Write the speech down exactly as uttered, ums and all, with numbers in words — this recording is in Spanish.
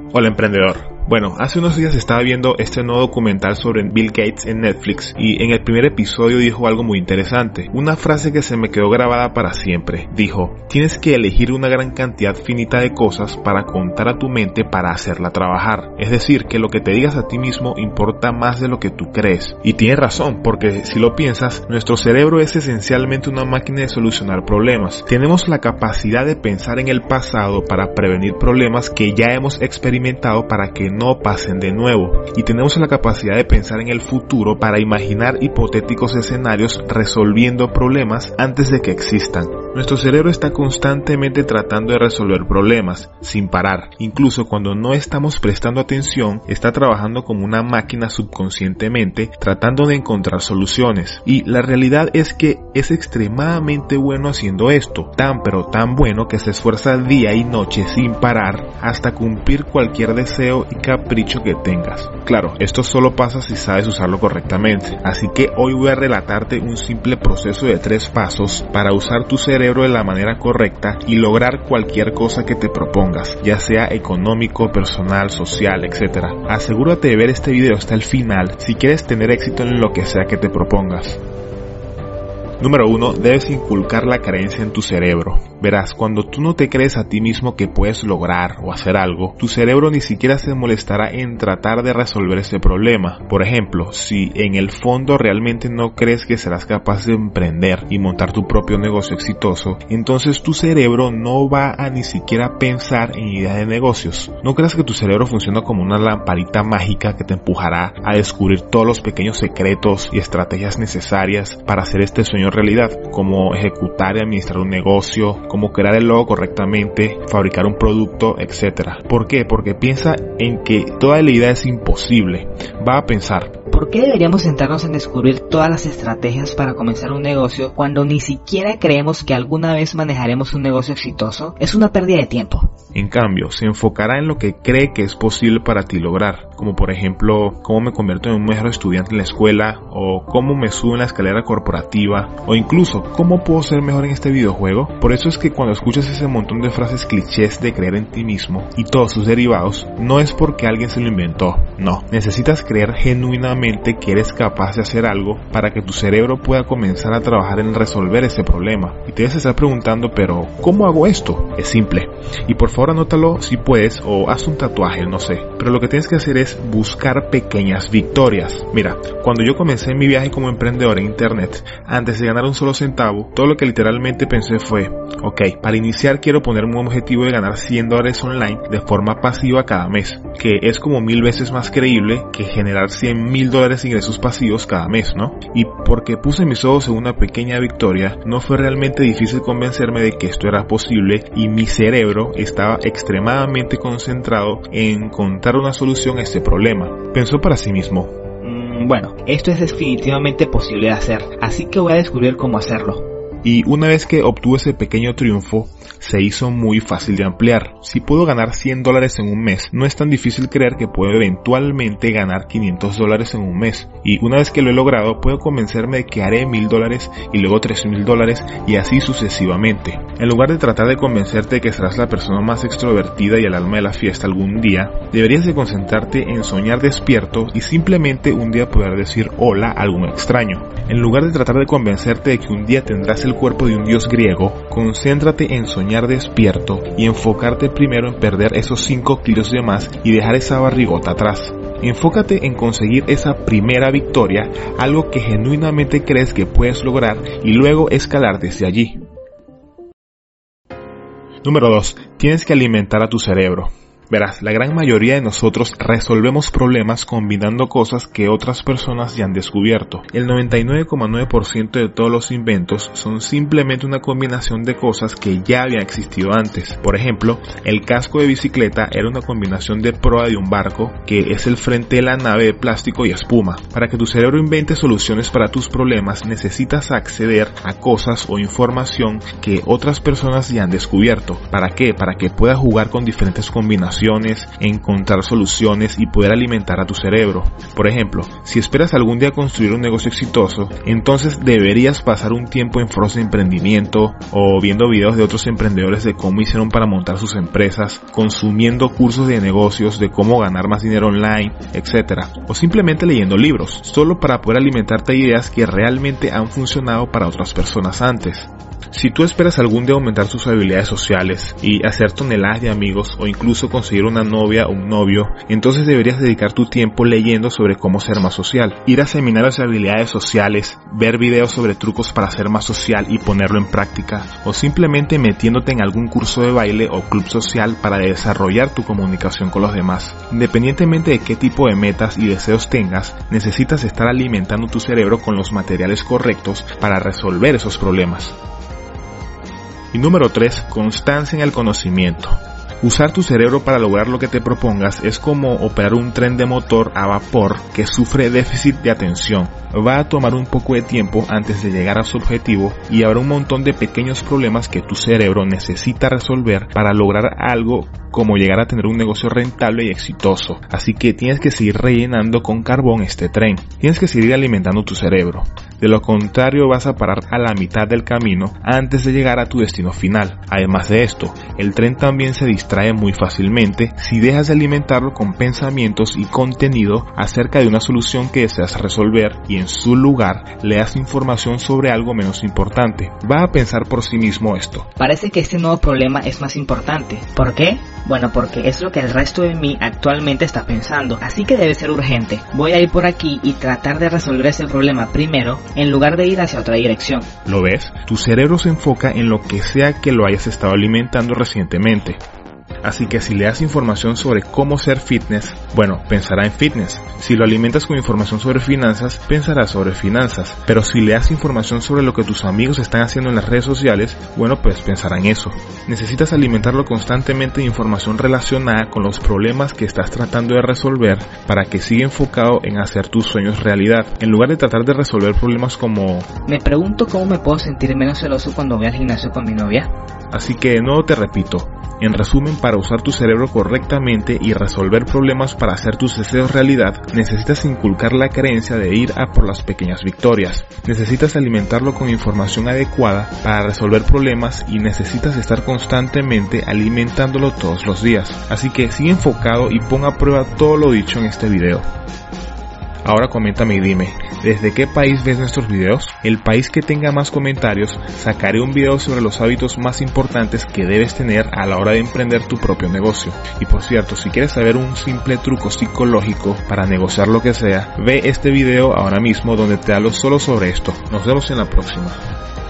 Hola emprendedor. Bueno, hace unos días estaba viendo este nuevo documental sobre Bill Gates en Netflix y en el primer episodio dijo algo muy interesante, una frase que se me quedó grabada para siempre. Dijo, tienes que elegir una gran cantidad finita de cosas para contar a tu mente para hacerla trabajar. Es decir, que lo que te digas a ti mismo importa más de lo que tú crees. Y tiene razón, porque si lo piensas, nuestro cerebro es esencialmente una máquina de solucionar problemas. Tenemos la capacidad de pensar en el pasado para prevenir problemas que ya hemos experimentado para que no no pasen de nuevo, y tenemos la capacidad de pensar en el futuro para imaginar hipotéticos escenarios resolviendo problemas antes de que existan. Nuestro cerebro está constantemente tratando de resolver problemas sin parar, incluso cuando no estamos prestando atención, está trabajando como una máquina subconscientemente tratando de encontrar soluciones, y la realidad es que es extremadamente bueno haciendo esto, tan pero tan bueno que se esfuerza día y noche sin parar hasta cumplir cualquier deseo y capricho que tengas. Claro, esto solo pasa si sabes usarlo correctamente, así que hoy voy a relatarte un simple proceso de tres pasos para usar tu cerebro de la manera correcta y lograr cualquier cosa que te propongas, ya sea económico, personal, social, etcétera. Asegúrate de ver este video hasta el final si quieres tener éxito en lo que sea que te propongas. Número uno. Debes inculcar la creencia en tu cerebro. Verás, cuando tú no te crees a ti mismo que puedes lograr o hacer algo, tu cerebro ni siquiera se molestará en tratar de resolver ese problema. Por ejemplo, si en el fondo realmente no crees que serás capaz de emprender y montar tu propio negocio exitoso, entonces tu cerebro no va a ni siquiera pensar en ideas de negocios. No creas que tu cerebro funciona como una lamparita mágica que te empujará a descubrir todos los pequeños secretos y estrategias necesarias para hacer este sueño realidad, como ejecutar y administrar un negocio, como crear el logo correctamente, fabricar un producto, etcétera. ¿Por qué? Porque piensa en que toda la idea es imposible. Va a pensar, ¿por qué deberíamos centrarnos en descubrir todas las estrategias para comenzar un negocio cuando ni siquiera creemos que alguna vez manejaremos un negocio exitoso? Es una pérdida de tiempo. En cambio, se enfocará en lo que cree que es posible para ti lograr, como por ejemplo, cómo me convierto en un mejor estudiante en la escuela, o cómo me subo en la escalera corporativa, o incluso, cómo puedo ser mejor en este videojuego. Por eso es que cuando escuchas ese montón de frases clichés de creer en ti mismo y todos sus derivados, no es porque alguien se lo inventó, no. Necesitas creer genuinamente que eres capaz de hacer algo para que tu cerebro pueda comenzar a trabajar en resolver ese problema. Y te debes estar preguntando, pero ¿cómo hago esto? Es simple. Y por favor anótalo si puedes, o haz un tatuaje, no sé. Pero lo que tienes que hacer es buscar pequeñas victorias. Mira, cuando yo comencé mi viaje como emprendedor en internet, antes de ganar un solo centavo, todo lo que literalmente pensé fue, ok, para iniciar quiero ponerme un objetivo de ganar cien dólares online de forma pasiva cada mes, que es como mil veces más creíble que generar cien mil dólares de ingresos pasivos cada mes, ¿no? Y porque puse mis ojos en una pequeña victoria, no fue realmente difícil convencerme de que esto era posible y mi cerebro estaba extremadamente concentrado en encontrar una solución a este problema. Pensó para sí mismo, mm, bueno, esto es definitivamente posible de hacer, así que voy a descubrir cómo hacerlo. Y una vez que obtuvo ese pequeño triunfo, se hizo muy fácil de ampliar. Si puedo ganar cien dólares en un mes, no es tan difícil creer que puedo eventualmente ganar quinientos dólares en un mes. Y una vez que lo he logrado, puedo convencerme de que haré mil dólares y luego tres mil dólares y así sucesivamente. En lugar de tratar de convencerte de que serás la persona más extrovertida y el alma de la fiesta algún día, deberías de concentrarte en soñar despierto y simplemente un día poder decir hola a algún extraño. En lugar de tratar de convencerte de que un día tendrás el cuerpo de un dios griego, concéntrate en soñar despierto y enfocarte primero en perder esos cinco kilos de más y dejar esa barrigota atrás. Enfócate en conseguir esa primera victoria, algo que genuinamente crees que puedes lograr, y luego escalar desde allí. Número dos. Tienes que alimentar a tu cerebro. Verás, la gran mayoría de nosotros resolvemos problemas combinando cosas que otras personas ya han descubierto. El noventa y nueve coma nueve por ciento de todos los inventos son simplemente una combinación de cosas que ya habían existido antes. Por ejemplo, el casco de bicicleta era una combinación de proa de un barco, que es el frente de la nave de plástico y espuma. Para que tu cerebro invente soluciones para tus problemas, necesitas acceder a cosas o información que otras personas ya han descubierto. ¿Para qué? Para que puedas jugar con diferentes combinaciones opciones, encontrar soluciones y poder alimentar a tu cerebro. Por ejemplo, si esperas algún día construir un negocio exitoso, entonces deberías pasar un tiempo en foros de emprendimiento o viendo videos de otros emprendedores de cómo hicieron para montar sus empresas, consumiendo cursos de negocios de cómo ganar más dinero online, etcétera, o simplemente leyendo libros, solo para poder alimentarte de ideas que realmente han funcionado para otras personas antes. Si tú esperas algún día aumentar tus habilidades sociales y hacer toneladas de amigos o incluso conseguir una novia o un novio, entonces deberías dedicar tu tiempo leyendo sobre cómo ser más social, ir a seminarios de habilidades sociales, ver videos sobre trucos para ser más social y ponerlo en práctica, o simplemente metiéndote en algún curso de baile o club social para desarrollar tu comunicación con los demás. Independientemente de qué tipo de metas y deseos tengas, necesitas estar alimentando tu cerebro con los materiales correctos para resolver esos problemas. Y número tres, constancia en el conocimiento. Usar tu cerebro para lograr lo que te propongas es como operar un tren de motor a vapor que sufre déficit de atención. Va a tomar un poco de tiempo antes de llegar a su objetivo y habrá un montón de pequeños problemas que tu cerebro necesita resolver para lograr algo como llegar a tener un negocio rentable y exitoso. Así que tienes que seguir rellenando con carbón este tren. Tienes que seguir alimentando tu cerebro. De lo contrario vas a parar a la mitad del camino antes de llegar a tu destino final. Además de esto, el tren también se distrae muy fácilmente si dejas de alimentarlo con pensamientos y contenido acerca de una solución que deseas resolver y en su lugar le das información sobre algo menos importante. Va a pensar por sí mismo esto. Parece que este nuevo problema es más importante. ¿Por qué? Bueno, porque es lo que el resto de mí actualmente está pensando, así que debe ser urgente. Voy a ir por aquí y tratar de resolver ese problema primero, en lugar de ir hacia otra dirección. ¿Lo ves? Tu cerebro se enfoca en lo que sea que lo hayas estado alimentando recientemente. Así que si le das información sobre cómo ser fitness, bueno, pensará en fitness. Si lo alimentas con información sobre finanzas, pensará sobre finanzas. Pero si le das información sobre lo que tus amigos están haciendo en las redes sociales, bueno, pues pensará en eso. Necesitas alimentarlo constantemente de información relacionada con los problemas que estás tratando de resolver para que siga enfocado en hacer tus sueños realidad, en lugar de tratar de resolver problemas como: me pregunto cómo me puedo sentir menos celoso cuando voy al gimnasio con mi novia. Así que de nuevo te repito, en resumen, para usar tu cerebro correctamente y resolver problemas para hacer tus deseos realidad, necesitas inculcar la creencia de ir a por las pequeñas victorias. Necesitas alimentarlo con información adecuada para resolver problemas y necesitas estar constantemente alimentándolo todos los días. Así que sigue enfocado y pon a prueba todo lo dicho en este video. Ahora coméntame y dime, ¿desde qué país ves nuestros videos? El país que tenga más comentarios, sacaré un video sobre los hábitos más importantes que debes tener a la hora de emprender tu propio negocio. Y por cierto, si quieres saber un simple truco psicológico para negociar lo que sea, ve este video ahora mismo donde te hablo solo sobre esto. Nos vemos en la próxima.